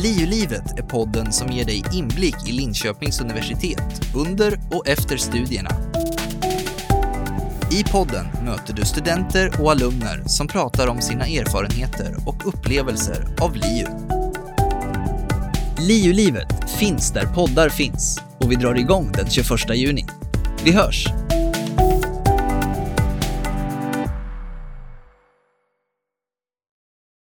LiU-livet är podden som ger dig inblick i Linköpings universitet under och efter studierna. I podden möter du studenter och alumner som pratar om sina erfarenheter och upplevelser av LiU. LiU-livet finns där poddar finns och vi drar igång den 21 juni. Vi hörs!